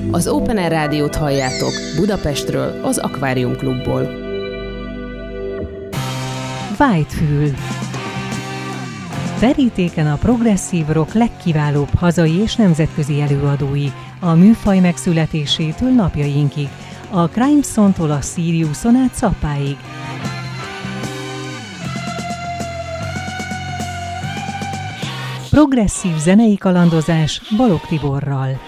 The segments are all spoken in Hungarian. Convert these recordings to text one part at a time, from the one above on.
Az Open Air Rádiót halljátok Budapestről, az Akvárium Klubból. Whitefül. Verítéken a progresszív rock legkiválóbb hazai és nemzetközi előadói, a műfaj megszületésétől napjainkig, a Crimeson-tól a Siriuson át Zappáig. Progresszív zenei kalandozás Balogh Tiborral.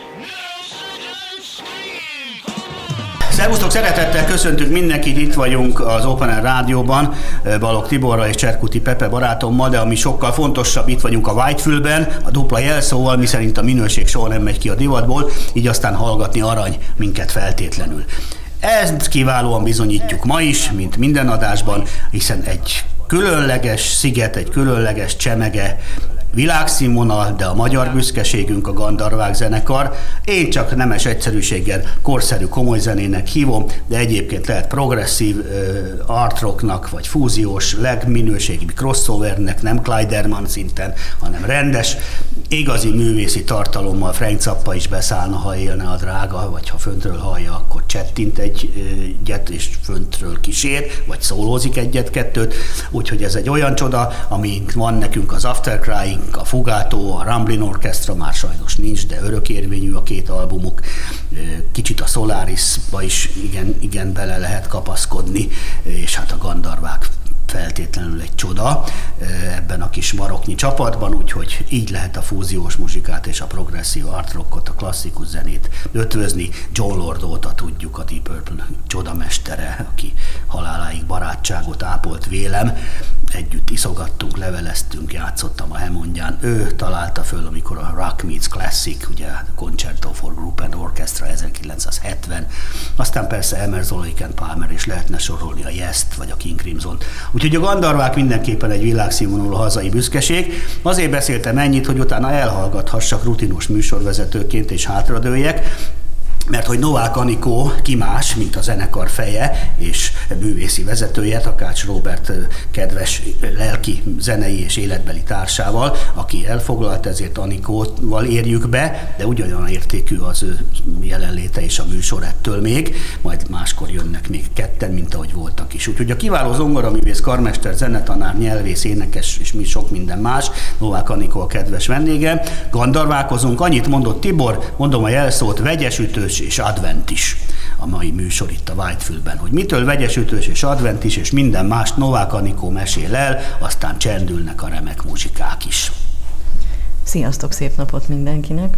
Szervusztok, szeretettel köszöntünk mindenkit, itt vagyunk az Open Air Rádióban, Balogh Tiborral és Cserkuti Pepe barátommal, de ami sokkal fontosabb, itt vagyunk a Whitefülben, a dupla jelszóval, miszerint a minőség soha nem megy ki a divatból, így aztán hallgatni arany minket feltétlenül. Ezt kiválóan bizonyítjuk ma is, mint minden adásban, hiszen egy különleges sziget, egy különleges csemege, világszínvonal, de a magyar büszkeségünk a Gandarvák zenekar. Én csak nemes egyszerűséggel korszerű komoly zenének hívom, de egyébként lehet progresszív art rocknak, vagy fúziós, legminőségibb crossovernek, nem Kleiderman szinten, hanem rendes, igazi művészi tartalommal. Frank Zappa is beszállna, ha élne a drága, vagy ha föntről hallja, akkor csettint egyet, és föntről kísér, vagy szólózik egyet-kettőt. Úgyhogy ez egy olyan csoda, amink van nekünk az Aftercrying, a Fugato, a Ramblin' Orchestra már sajnos nincs, de örökérvényű a két albumuk. Kicsit a Solarisba is igen bele lehet kapaszkodni, és hát a Gandarvák feltétlenül egy csoda ebben a kis maroknyi csapatban, úgyhogy így lehet a fúziós muzsikát és a progresszív art rockot, a klasszikus zenét ötvözni. John Lord óta tudjuk, a Deep Purple csodamestere, aki haláláig barátságot ápolt vélem. Együtt iszogattunk, leveleztünk, játszottam a Hammondján. Ő találta föl, amikor a Rock Meets Classic, ugye a Concerto for Group and Orchestra 1970, aztán persze Emerson, Lake and Palmer, és lehetne sorolni a Yes-t vagy a King Crimson-t. Úgyhogy a Gandarvák mindenképpen egy világszínvonalú hazai büszkeség. Azért beszéltem ennyit, hogy utána elhallgathassak rutinos műsorvezetőként és hátradőjek, mert hogy Novák Anikó ki más, mint a zenekar feje és művészi vezetője, Takács Róbert kedves lelki, zenei és életbeli társával, aki elfoglalt, ezért Anikóval érjük be, de ugyanolyan értékű az ő jelenléte és a műsor ettől még, majd máskor jönnek még ketten, mint ahogy voltak is. Úgyhogy a kiváló zongoraművész, karmester, zenetanár, nyelvész, énekes és mi sok minden más, Novák Anikó a kedves vendége. Gandarvákozunk, annyit mondott Tibor, mondom a jelszót, vegyesütős és adventis a mai műsor itt a Whitefülben, hogy mitől vegyesütős és adventis és minden mást Novák Anikó mesél el, aztán csendülnek a remek muzsikák is. Sziasztok, szép napot mindenkinek!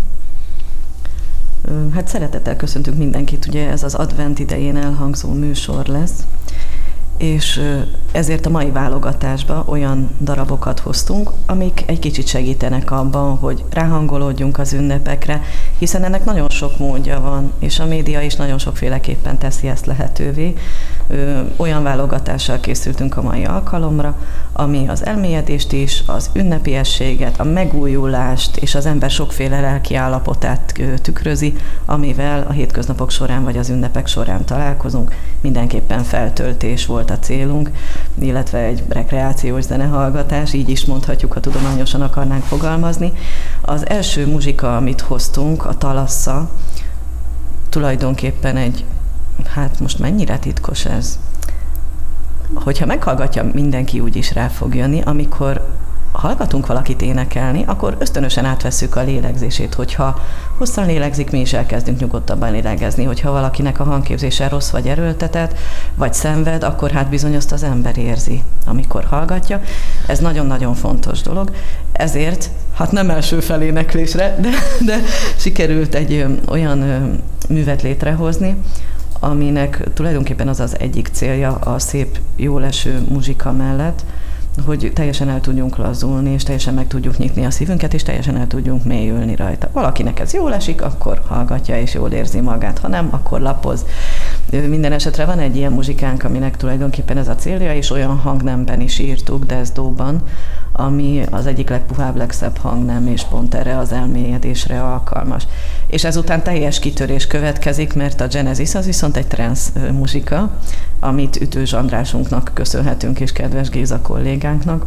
Hát szeretettel köszöntünk mindenkit, ugye ez az advent idején elhangzó műsor lesz, és ezért a mai válogatásba olyan darabokat hoztunk, amik egy kicsit segítenek abban, hogy ráhangolódjunk az ünnepekre, hiszen ennek nagyon sok módja van, és a média is nagyon sokféleképpen teszi ezt lehetővé. Olyan válogatással készültünk a mai alkalomra, ami az elmélyedést is, az ünnepiességet, a megújulást és az ember sokféle lelki állapotát tükrözi, amivel a hétköznapok során vagy az ünnepek során találkozunk. Mindenképpen feltöltés volt a célunk, illetve egy rekreációs zenehallgatás, így is mondhatjuk, ha tudományosan akarnánk fogalmazni. Az első muzsika, amit hoztunk, a Thalassa, tulajdonképpen egy, hát most mennyire titkos ez? Hogyha meghallgatja, mindenki úgy is rá fog jönni, amikor hallgatunk valakit énekelni, akkor ösztönösen átvesszük a lélegzését. Hogyha hosszan lélegzik, mi is elkezdünk nyugodtabban lélegezni. Hogyha valakinek a hangképzése rossz vagy erőltetett, vagy szenved, akkor hát bizony azt az ember érzi, amikor hallgatja. Ez nagyon-nagyon fontos dolog. Ezért, hát nem első feléneklésre, de sikerült egy olyan művet létrehozni, aminek tulajdonképpen az az egyik célja a szép, jól eső muzsika mellett, hogy teljesen el tudjunk lazulni, és teljesen meg tudjuk nyitni a szívünket, és teljesen el tudjunk mélyülni rajta. Valakinek ez jól esik, akkor hallgatja, és jól érzi magát, ha nem, akkor lapoz. Minden esetre van egy ilyen muzsikánk, aminek tulajdonképpen ez a célja, és olyan hangnemben is írtuk, Desdóban, ami az egyik legpuhább, legszebb hangnem, és pont erre az elmélyedésre alkalmas. És ezután teljes kitörés következik, mert a Genesis az viszont egy trance muzsika, amit Ütős Andrásunknak köszönhetünk, és kedves Géza kollégánknak.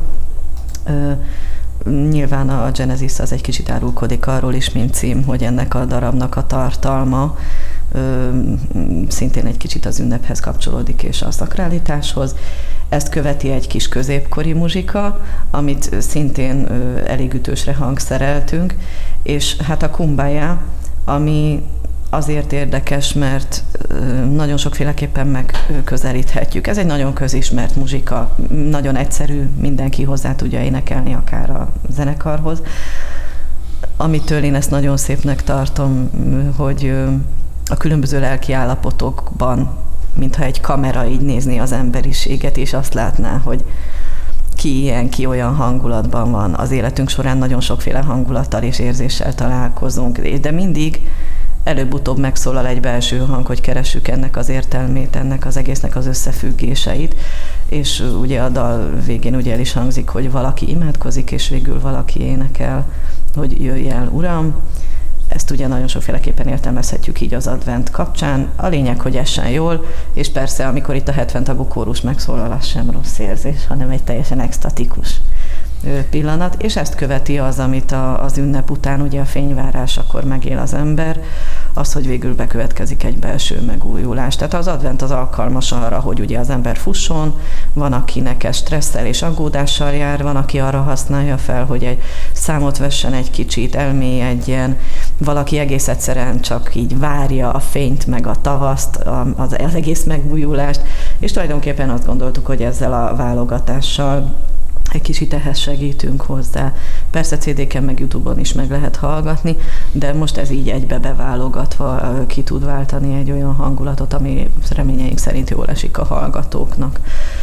Nyilván a Genesis az egy kicsit árulkodik arról is, mint cím, hogy ennek a darabnak a tartalma szintén egy kicsit az ünnephez kapcsolódik, és a szakralitáshoz. Ezt követi egy kis középkori muzsika, amit szintén elég ütősre hangszereltünk, és hát a Kumbaya, ami azért érdekes, mert nagyon sokféleképpen megközelíthetjük. Ez egy nagyon közismert muzsika, nagyon egyszerű, mindenki hozzá tudja énekelni, akár a zenekarhoz. Amitől én ezt nagyon szépnek tartom, hogy a különböző lelki állapotokban, mintha egy kamera így nézné az emberiséget, és azt látná, hogy ki ilyen, ki olyan hangulatban van. Az életünk során nagyon sokféle hangulattal és érzéssel találkozunk, de mindig előbb-utóbb megszólal egy belső hang, hogy keressük ennek az értelmét, ennek az egésznek az összefüggéseit, és ugye a dal végén ugye el is hangzik, hogy valaki imádkozik, és végül valaki énekel, hogy jöjj el, Uram. Ezt ugye nagyon sokféleképpen értelmezhetjük így az advent kapcsán. A lényeg, hogy essen jól, és persze, amikor itt a 70 tagú kórus megszólal, az sem rossz érzés, hanem egy teljesen extatikus pillanat, és ezt követi az, amit az ünnep után, ugye a fényvárásakor megél az ember, az, hogy végül bekövetkezik egy belső megújulás. Tehát az advent az alkalmas arra, hogy ugye az ember fusson, van, akinek ez stresszel és aggódással jár, van, aki arra használja fel, hogy egy számot vessen egy kicsit, elmélyedjen, valaki egész egyszerűen csak így várja a fényt, meg a tavaszt, az egész megújulást, és tulajdonképpen azt gondoltuk, hogy ezzel a válogatással egy kicsit ehhez segítünk hozzá. Persze CD-ken meg YouTube-on is meg lehet hallgatni, de most ez így egybe beválogatva ki tud váltani egy olyan hangulatot, ami reményeink szerint jól esik a hallgatóknak.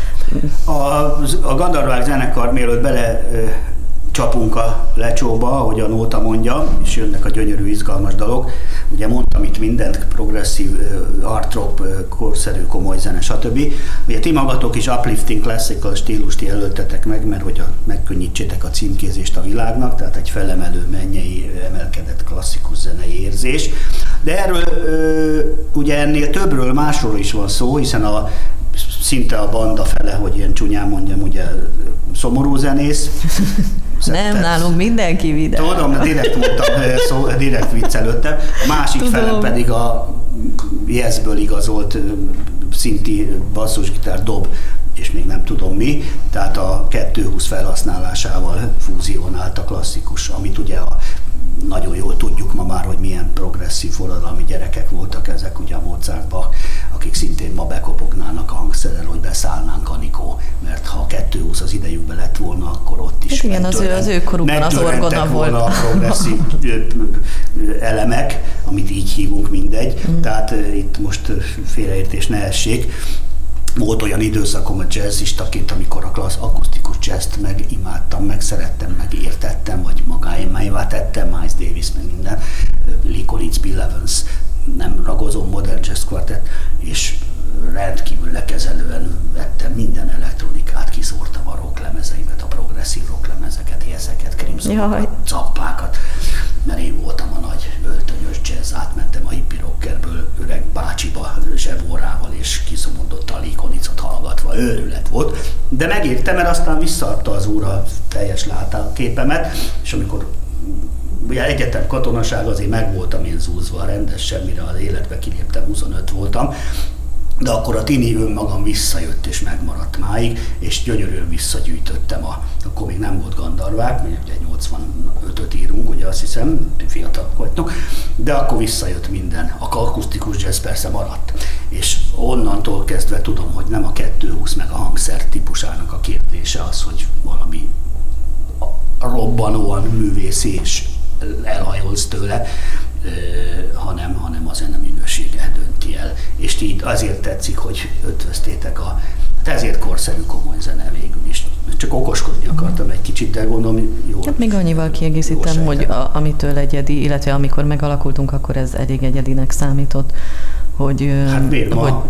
A Gandharvák zenekar, mielőtt bele csapunk a lecsóba, ahogy a nóta mondja, és jönnek a gyönyörű, izgalmas dalok. Ugye mondtam itt mindent, progresszív, art rock, korszerű, komoly zene, stb. Ugye ti magatok is uplifting classical stílust jelöltetek meg, mert hogy megkönnyítsétek a címkézést a világnak, tehát egy felemelő, mennyei, emelkedett klasszikus zenei érzés. De erről ugye ennél többről, másról is van szó, hiszen szinte a banda fele, hogy ilyen csúnyán mondjam, ugye szomorú zenész. Nem, nálunk mindenki vidám. Tudom, direkt viccelődtem. A másik fele pedig a Yes-ből igazolt szinti basszusgitár, dob, és még nem tudom mi, tehát a 220 felhasználásával fúzionált a klasszikus, amit ugye nagyon jól tudjuk ma már, hogy milyen progresszív forradalmi gyerekek voltak ezek, ugye a Mozartban, akik szintén ma bekopognának a hangszerrel, hogy beszállnánk, Anikó, mert ha a 220 az idejükben lett volna, akkor ott is igen, az ő korukban az orgona volt. A progresszív elemek, amit így hívunk, mindegy. Tehát itt most félreértés ne essék. Volt olyan időszakom a jazzistaként, amikor a akusztikus jazzt megimádtam, megszerettem, megértettem, vagy magáémáivá tettem, Miles Davis, meg minden, Lee Konitz, Bill Evans, nem ragozom, modern jazz quartet, és rendkívül lekezelően vettem minden elektronikát, kiszórtam a rocklemezeimet, a progresszív rocklemezeket, Yeseket, Crimsonokat, Zappákat, mert én voltam a nagy öltönyös jazz, átmentem a hippie rockerből öreg bácsiba, zsebórával és kiszomondottan Lee Konitzot hallgatva, őrület volt, de megértem, mert aztán visszaadta az úr a teljes látóképemet, és amikor ugye egyetem katonaság, azért meg voltam én zúzva rendesen, mire az életbe kiléptem, 25 voltam, de akkor a tini önmagam visszajött és megmaradt máig, és gyönyörűen visszagyűjtöttem akkor még nem volt Gandharvák, mert ugye 85-öt írunk, ugye azt hiszem, fiatalok vagytok, de akkor visszajött minden. A akusztikus jazz persze maradt. És onnantól kezdve tudom, hogy nem a 220 meg a hangszer típusának a kérdése az, hogy valami robbanóan művészi és elhajolsz tőle, hanem a zene minősége dönti el. És így azért tetszik, hogy ötvöztétek ezért korszerű, komoly zene végül is. Csak okoskodni akartam egy kicsit, de gondolom jól. Hát még annyival kiegészítem, hogy amitől egyedi, illetve amikor megalakultunk, akkor ez elég egyedinek számított. Hogy, hát miért ma?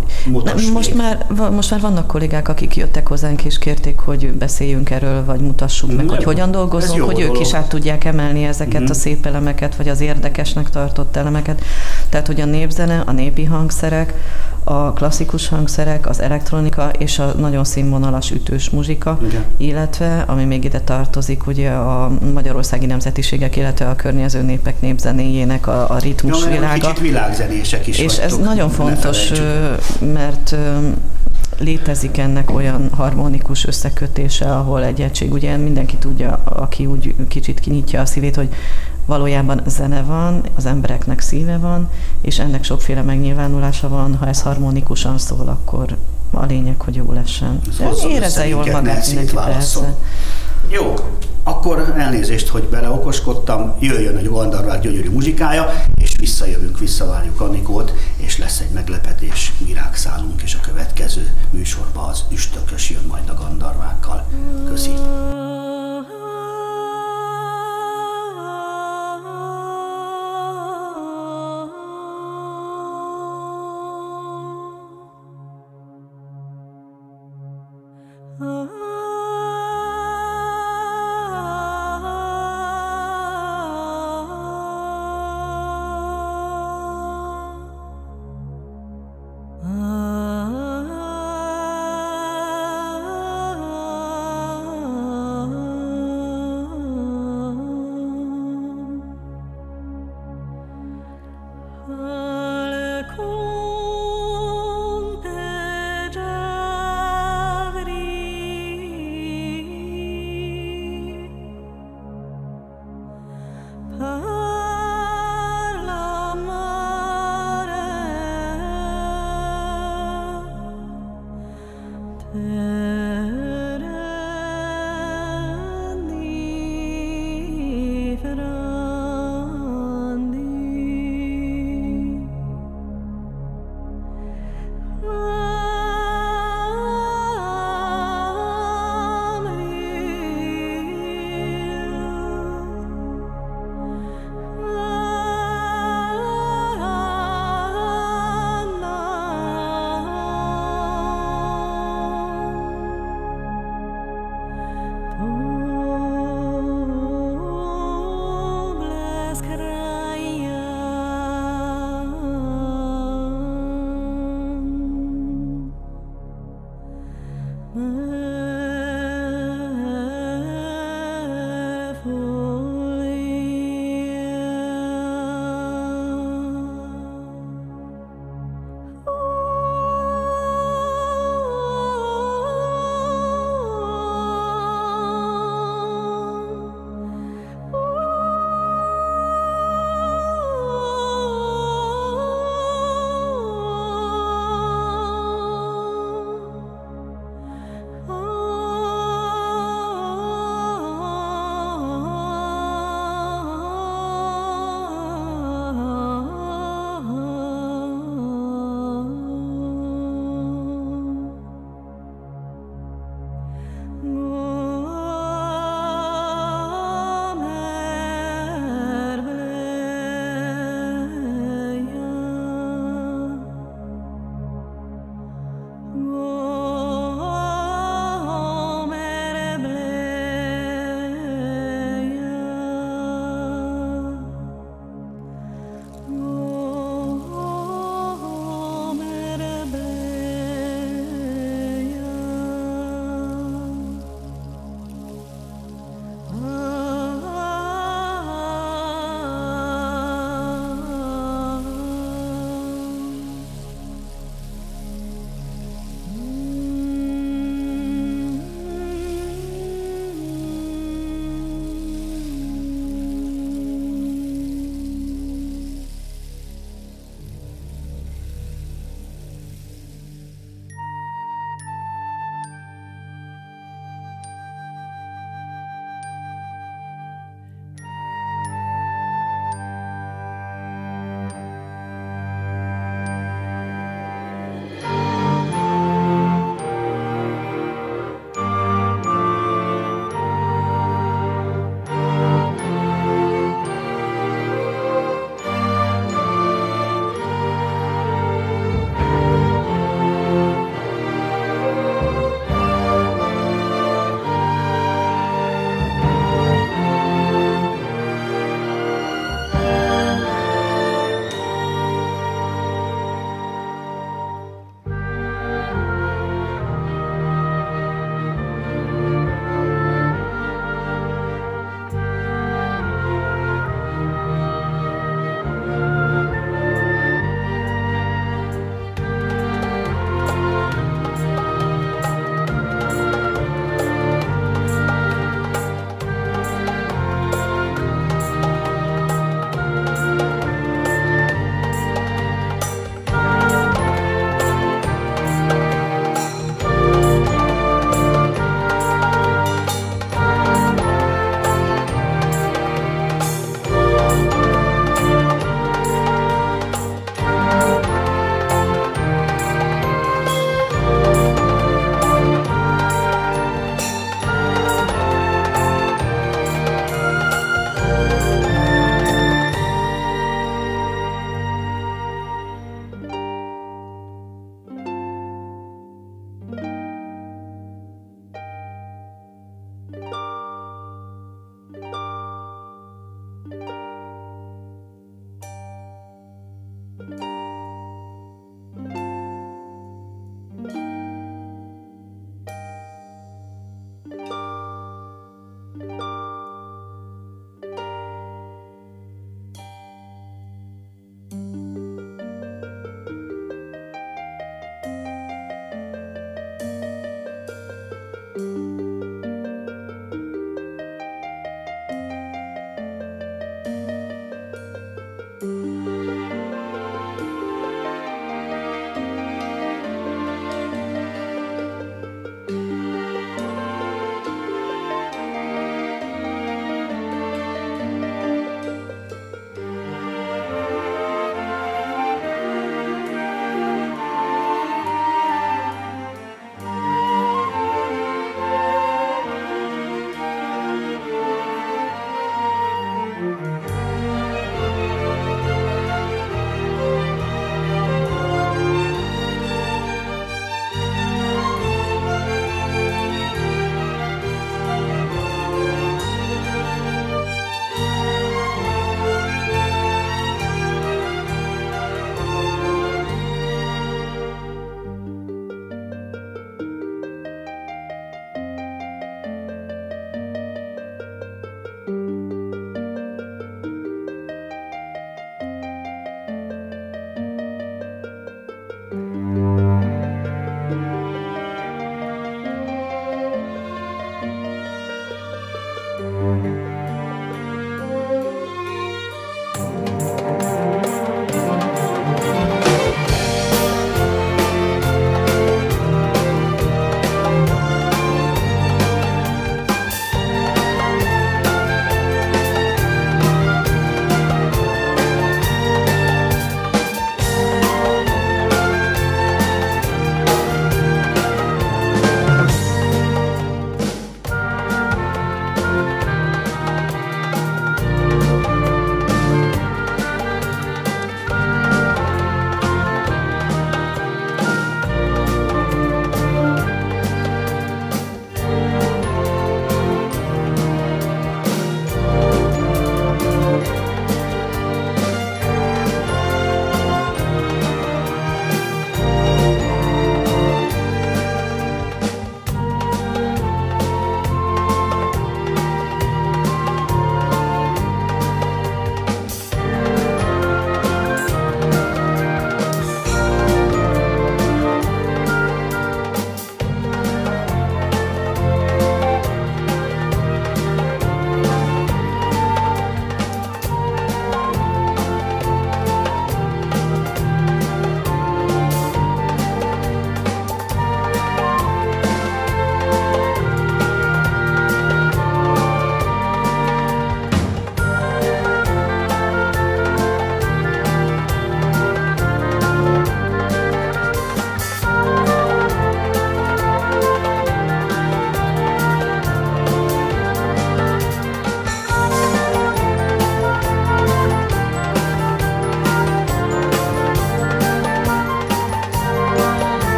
Most már vannak kollégák, akik jöttek hozzánk és kérték, hogy beszéljünk erről, vagy mutassuk meg, hogy hogyan dolgozunk, hogy ők is át tudják emelni ezeket a szép elemeket, vagy az érdekesnek tartott elemeket. Tehát, hogy a népzene, a népi hangszerek, a klasszikus hangszerek, az elektronika és a nagyon színvonalas ütős muzsika, igen. Illetve, ami még ide tartozik, ugye a magyarországi nemzetiségek, illetve a környező népek népzenéjének a ritmus világa. Kicsit világzenések is és vagytok, ez nagyon fontos, mert létezik ennek olyan harmonikus összekötése, ahol egy egység, ugye mindenki tudja, aki úgy kicsit kinyitja a szívét, hogy valójában zene van, az embereknek szíve van, és ennek sokféle megnyilvánulása van, ha ez harmonikusan szól, akkor a lényeg, hogy jó lessen. Érezze jól magát mindenki, persze. Jó, akkor elnézést, hogy beleokoskodtam, jöjjön egy Gandarvák gyönyörű muzsikája, és visszavárjuk Anikót, és lesz egy meglepetés, virágszálunk, és a következő műsorban az Üstökös jön majd a Gandarvákkal. Köszi!